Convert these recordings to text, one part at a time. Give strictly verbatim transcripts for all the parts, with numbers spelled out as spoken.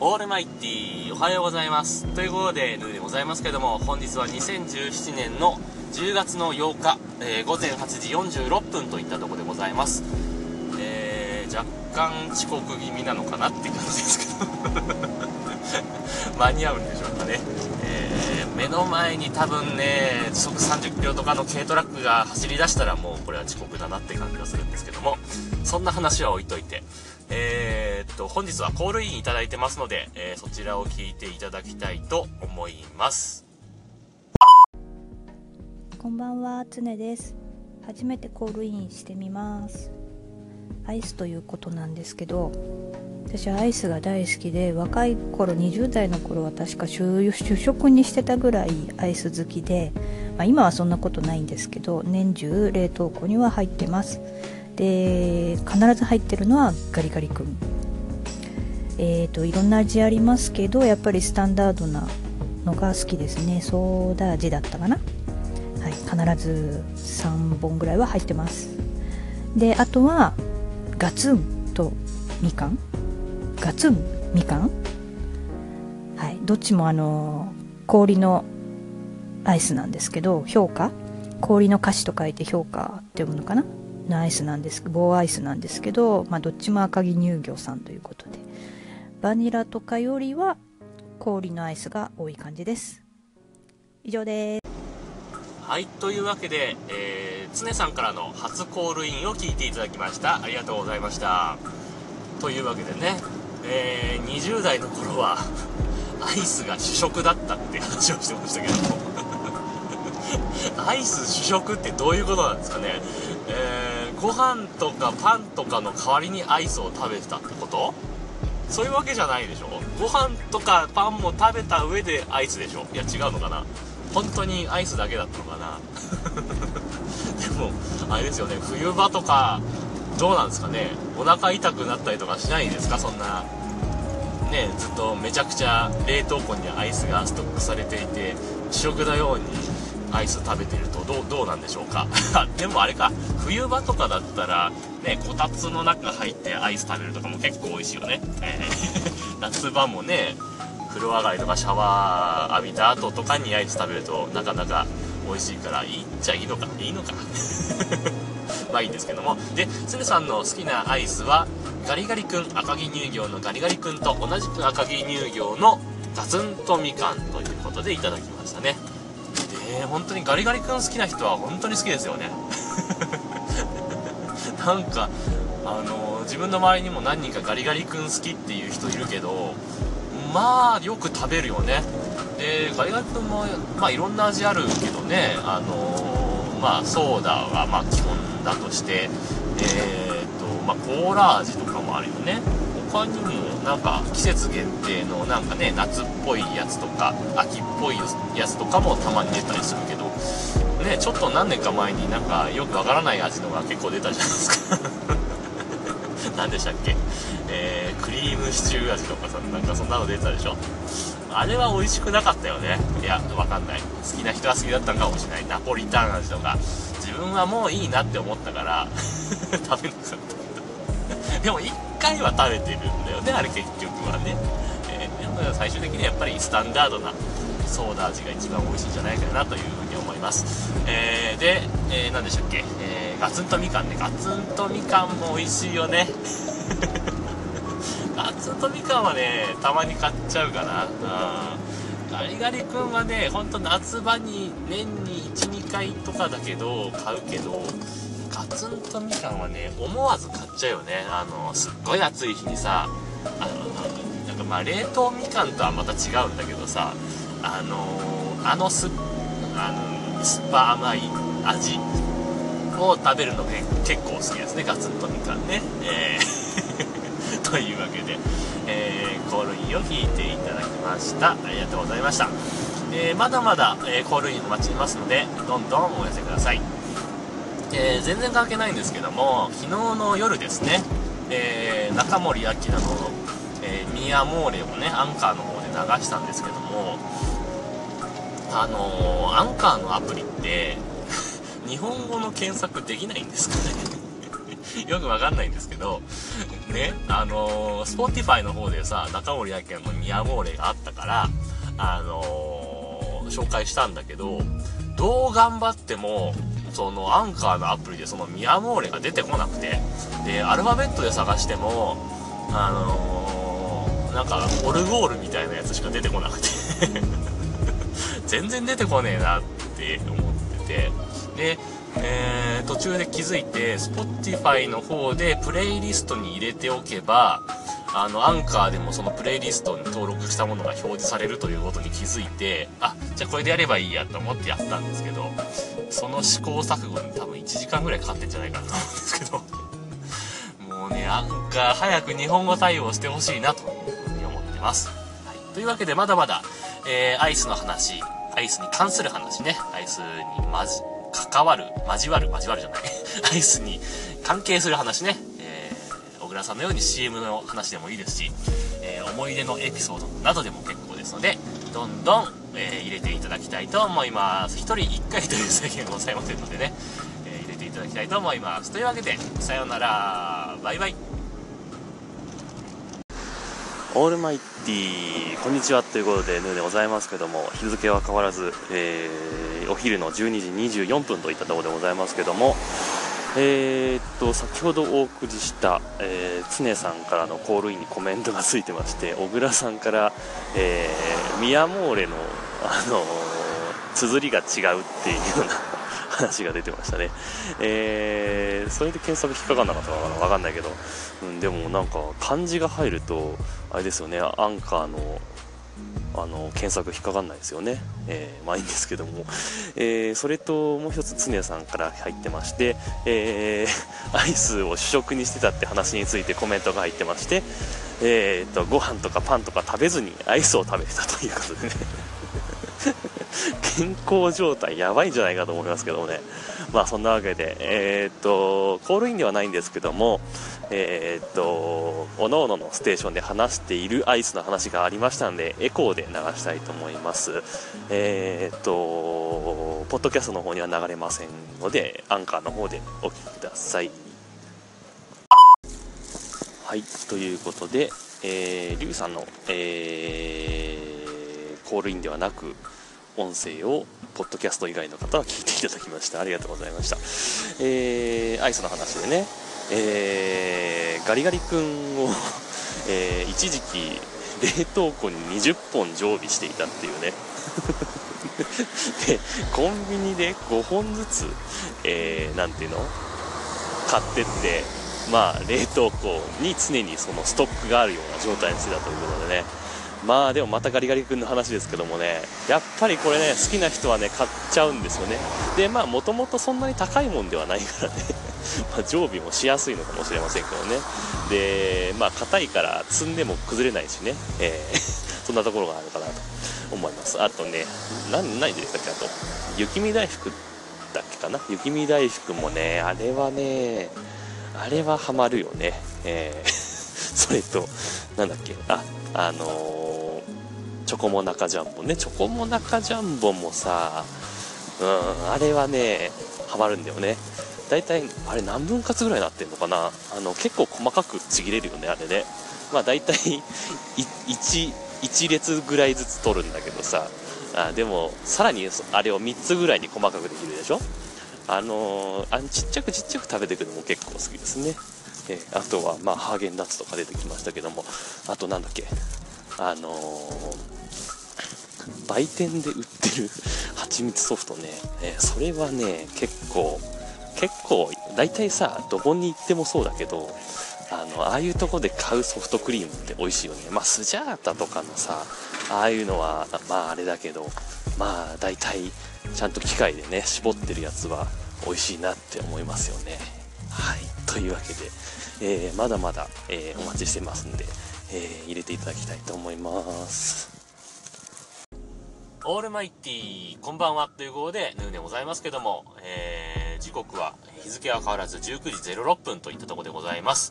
オールマイティー、おはようございます。ということで、ルーでございますけども、本日はにせんじゅうななねんのじゅうがつのようか、えー、ごぜんはちじよんじゅうろっぷんといったところでございます。えー、若干遅刻気味なのかなって感じですけど間に合うんでしょうかね。えー、目の前に多分ね、時速さんじゅっキロとかの軽トラックが走り出したらもうこれは遅刻だなって感じがするんですけども、そんな話は置いといて、えー、っと本日はコールインいただいてますので、えー、そちらを聞いていただきたいと思います。 こんばんは、つねです。初めてコールインしてみます。アイスということなんですけど、私はアイスが大好きで、若い頃にじゅう代の頃は確か主食にしてたぐらいアイス好きで、まあ、今はそんなことないんですけど、年中冷凍庫には入ってます。で、必ず入ってるのはガリガリ君。えーといろんな味ありますけど、やっぱりスタンダードなのが好きですね。ソーダ味だったかな。はい、必ずさんぼんぐらいは入ってます。で、あとはガツンとみかん、ガツンみかん、はい、どっちもあの氷のアイスなんですけど、氷菓、氷の菓子と書いて氷菓って読むのかなのアイスなんです、棒アイスなんですけど、まあ、どっちも赤城乳業さんということで、バニラとかよりは氷のアイスが多い感じです。以上です。 はい、というわけで、えー、つねさんからの初コールインを聞いていただきました。ありがとうございました。というわけでね、えー、にじゅう代の頃はアイスが主食だったって話をしてましたけどもアイス主食ってどういうことなんですかね。えー、ご飯とかパンとかの代わりにアイスを食べてたってこと？そういうわけじゃないでしょ。ご飯とかパンも食べた上でアイスでしょ。いや違うのかな、本当にアイスだけだったのかなでもあれですよね、冬場とかどうなんですかね、お腹痛くなったりとかしないんですか。そんなね、ずっとめちゃくちゃ冷凍庫にアイスがストックされていて、主食のようにアイス食べてるとどう、どうなんでしょうかでもあれか、冬場とかだったらね、こたつの中入ってアイス食べるとかも結構美味しいよね、えー、夏場もね、風呂上がりとかシャワー浴びた後とかにアイス食べるとなかなか美味しいから、いいっちゃいいのかいいのかまあいいんですけども、で、つねさんの好きなアイスはガリガリ君、赤城乳業のガリガリ君と同じく赤城乳業のガツンとみかんということでいただきましたね。で、本当にガリガリ君好きな人は本当に好きですよねなんかあの自分の周りにも何人かガリガリ君好きっていう人いるけど、まあよく食べるよね。で、ガリガリ君もまあいろんな味あるけどね、あのー、まあソーダがまあ基本だとして、えーとまあコーラ味とかもあるよね。他にもなんか季節限定のなんかね、夏っぽいやつとか秋っぽいやつとかもたまに出たりするけどね、ちょっと何年か前になんかよくわからない味のが結構出たじゃないですか何でしたっけ、えー、クリームシチュー味とかさ、なんかそんなの出てたでしょ。あれは美味しくなかったよね。いや、わかんない、好きな人は好きだったのかもしれない。ナポリタン味とか自分はもういいなって思ったから食べなかったでもいっかいは食べてるんだよね、あれ結局はね、えー、でも最終的にはやっぱりスタンダードなソーダ味が一番美味しいんじゃないかなというふうに思います。えー、で、えー、何でしたっけ、えー、ガツンとみかんね。ガツンとみかんも美味しいよねガツンとみかんはね、たまに買っちゃうかな。うん、ガリガリ君はね、ほんと夏場に年にいち、にかいとかだけど買うけど、ガツンとみかんはね、思わず買っちゃうよね。あのすっごい暑い日にさ、あのなんかまあ冷凍みかんとはまた違うんだけどさ、あのー、あのすあの酸っぱ甘い味を食べるのが結構好きですね、ガツンとみかんね。えー、というわけで、えー、コールインを聞いていただきました。ありがとうございました。えー、まだまだ、えー、コールインお待ちしてますので、どんどんお寄せください。えー、全然関係ないんですけども、昨日の夜ですね、えー、中森明菜の、えー、ミアモーレをね、アンカーの方で流したんですけども、あのー、アンカーのアプリって日本語の検索できないんですかねよくわかんないんですけど、ね、あのー、Spotify の方でさ、中森明菜のミヤモーレがあったから、あのー、紹介したんだけど、どう頑張っても、そのアンカーのアプリでそのミヤモーレが出てこなくて、で、アルファベットで探しても、あのー、なんか、オルゴールみたいなやつしか出てこなくて、全然出てこねえなって思ってて、で、えー、途中で気づいて Spotify の方でプレイリストに入れておけば、あのアンカーでもそのプレイリストに登録したものが表示されるということに気づいて、あ、じゃあこれでやればいいやと思ってやったんですけど、その試行錯誤に多分いちじかんぐらいかかってんじゃないかなと思うんですけど、もうね、アンカー早く日本語対応してほしいなというふうに思ってます。はい、というわけでまだまだ、えー、アイスの話、アイスに関する話ね、アイスにまじ関わる、交わる、交わるじゃないアイスに関係する話ね、えー、小倉さんのように シーエム の話でもいいですし、えー、思い出のエピソードなどでも結構ですので、どんどん、えー、入れていただきたいと思います。ひとりいっかいという制限ございませんのでね、えー、入れていただきたいと思います。というわけで、さようなら、バイバイ。オールマイティー、こんにちはということでヌーでございますけども、日付は変わらず、えー、お昼のじゅうにじにじゅうよんぷんといったところでございますけども、えー、っと先ほどお送りした、えー、常さんからのコールインにコメントがついてまして、小倉さんから、えー、ミヤモーレの、あのー、綴りが違うっていうような話が出てましたね。えー、それで検索引っかかんなかったのかな、分かんないけど、うん、でもなんか漢字が入るとあれですよね、アンカーのあの検索引っかかんないですよね。えー、まあいいんですけども、えー、それともう一つ常さんから入ってまして、えー、アイスを主食にしてたって話についてコメントが入ってまして、えー、とご飯とかパンとか食べずにアイスを食べてたということでね健康状態やばいんじゃないかと思いますけどもね。まあそんなわけで、えー、っとコールインではないんですけども、えー、っと各々のステーションで話しているアイスの話がありましたので、エコーで流したいと思います。えー、っとポッドキャストの方には流れませんので、アンカーの方でお聞きください。はい、ということで、えー、リュウさんの、えー、コールインではなく音声をポッドキャスト以外の方は聞いていただきました。ありがとうございました。えー、アイスの話でね、えー、ガリガリ君を、えー、一時期冷凍庫ににじゅっぽん常備していたっていうねでコンビニでごほんずつ、えー、なんていうの買ってって、まあ冷凍庫に常にそのストックがあるような状態にしてたということでね。まあでもまたガリガリ君の話ですけどもね、やっぱりこれね、好きな人はね買っちゃうんですよね。でまあもともとそんなに高いもんではないからねまあ常備もしやすいのかもしれませんけどね。でまあ硬いから積んでも崩れないしね、えー、そんなところがあるかなと思います。あとね、何何でしたっけ、あと雪見大福だっけかな、雪見大福もね、あれはねあれはハマるよね。えー、それとなんだっけ、ああのーチョコモナカジャンボね、チョコモナカジャンボもさ、うん、あれはねハマるんだよね。だいたいあれ何分割ぐらいになってんのかな、あの結構細かくちぎれるよねあれね。まあだいたい 1, 列ぐらいずつ取るんだけどさ、あでもさらにあれをみっつぐらいに細かくできるでしょ。あのー、あのちっちゃくちっちゃく食べていくのも結構好きですね。えー、あとはまあハーゲンダッツとか出てきましたけども、あとなんだっけ、あのー売店で売ってる蜂蜜ソフトね、えー、それはね結構結構大体さどこに行ってもそうだけど、あのああいうとこで買うソフトクリームって美味しいよね。まあスジャータとかのさああいうのはまああれだけど、まあ大体ちゃんと機械でね絞ってるやつは美味しいなって思いますよね。はい、というわけで、えー、まだまだ、えー、お待ちしてますんで、えー、入れていただきたいと思います。オールマイティー、こんばんはという号でヌーでございますけども、えー、時刻は日付は変わらずじゅうくじゼロろっぷんといったところでございます。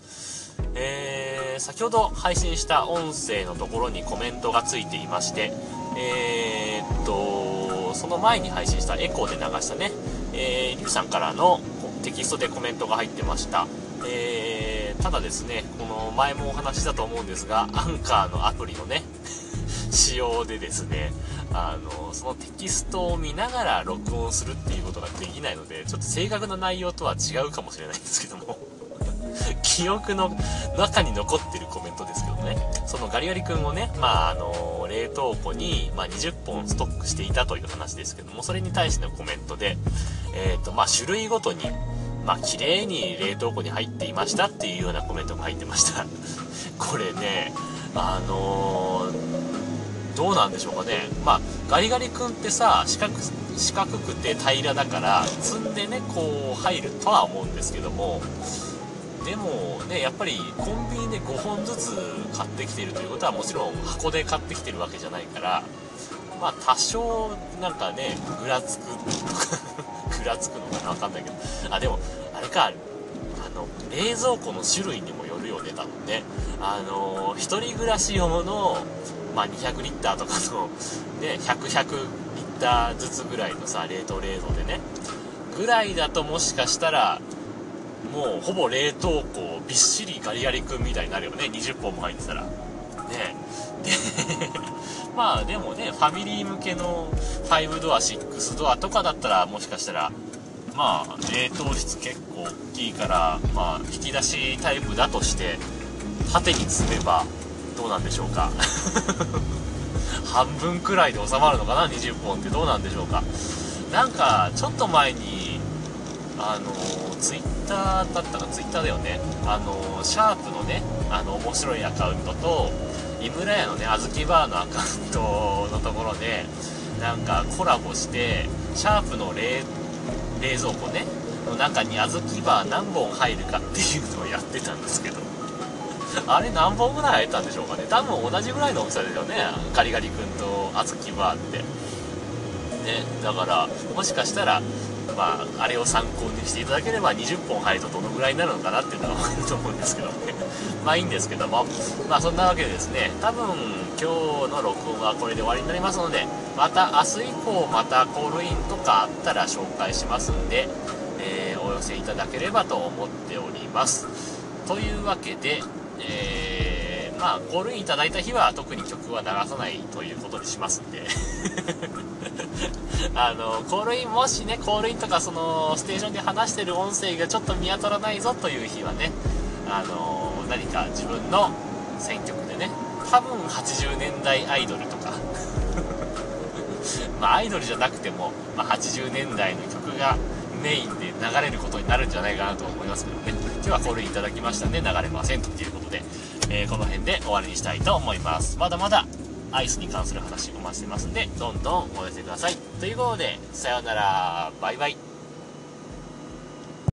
えー、先ほど配信した音声のところにコメントがついていまして、えーっとその前に配信したエコーで流したね、えー、リュウさんからのテキストでコメントが入ってました。 えー、ただですね、この前もお話ししたと思うんですが、アンカーのアプリのね仕様でですね、あのそのテキストを見ながら録音するっていうことができないので、ちょっと正確な内容とは違うかもしれないんですけども記憶の中に残ってるコメントですけどね、そのガリガリ君をね、まああの冷凍庫に、まあ、にじゅっぽんストックしていたという話ですけども、それに対してのコメントで、えーとまあ、種類ごとにまあ綺麗に冷凍庫に入っていましたっていうようなコメントが入ってましたこれね、あのー、どうなんでしょうかね。まあガリガリ君ってさ、四角四角くて平らだから積んでねこう入るとは思うんですけども、でもね、やっぱりコンビニでごほんずつ買ってきているということは、もちろん箱で買ってきてるわけじゃないから、まあ多少なんかねぐらつくとかぐらつくのかな、わかんないけど、あでもあれか、あの冷蔵庫の種類にもよるよね多分ね。あの一人暮らし用の、まあ、にひゃくリッターとかのねひゃく、ひゃくリッターずつぐらいのさ冷凍冷蔵でねぐらいだと、もしかしたらもうほぼ冷凍庫びっしりガリガリ君みたいになるよね、にじゅっぽんも入ってたらね。でまあでもね、ファミリー向けのごドアろくドアとかだったら、もしかしたらまあ冷凍室結構大きいから、まあ引き出しタイプだとして縦に積めばどうなんでしょうか半分くらいで収まるのかな、にじゅっぽんってどうなんでしょうか。なんかちょっと前にあのツイッターだったか、ツイッターだよね、あのシャープのね、あの面白いアカウントと井村屋のねあずきバーのアカウントのところでなんかコラボして、シャープの冷冷蔵庫ねの中にあずきバー何本入るかっていうのをやってたんですけどあれ何本ぐらい入ったんでしょうかね。多分同じぐらいの大きさですよね、ガリガリ君とあずきバーってね。だからもしかしたらまああれを参考にしていただければにじゅっぽん入るとどのぐらいになるのかなっていうのが分かると思うんですけどねまあいいんですけども、まあそんなわけでですね、多分今日の録音はこれで終わりになりますので、また明日以降またコールインとかあったら紹介しますんで、えー、お寄せいただければと思っております。というわけで、えー、まあコールインいただいた日は特に曲は流さないということにしますんであのコールイン、もしねコールインとかそのステーションで話してる音声がちょっと見当たらないぞという日はね、あの何か自分の選曲でね、多分はちじゅうねんだいアイドルとかまあアイドルじゃなくても、まあ、はちじゅうねんだいの曲がメインで流れることになるんじゃないかなと思いますけどね。今日はコールインいただきましたんで流れませんということで、えー、この辺で終わりにしたいと思います。まだまだアイスに関する話お待ちしてますんで、どんどんお寄せください。ということで、さようなら、バイバイ。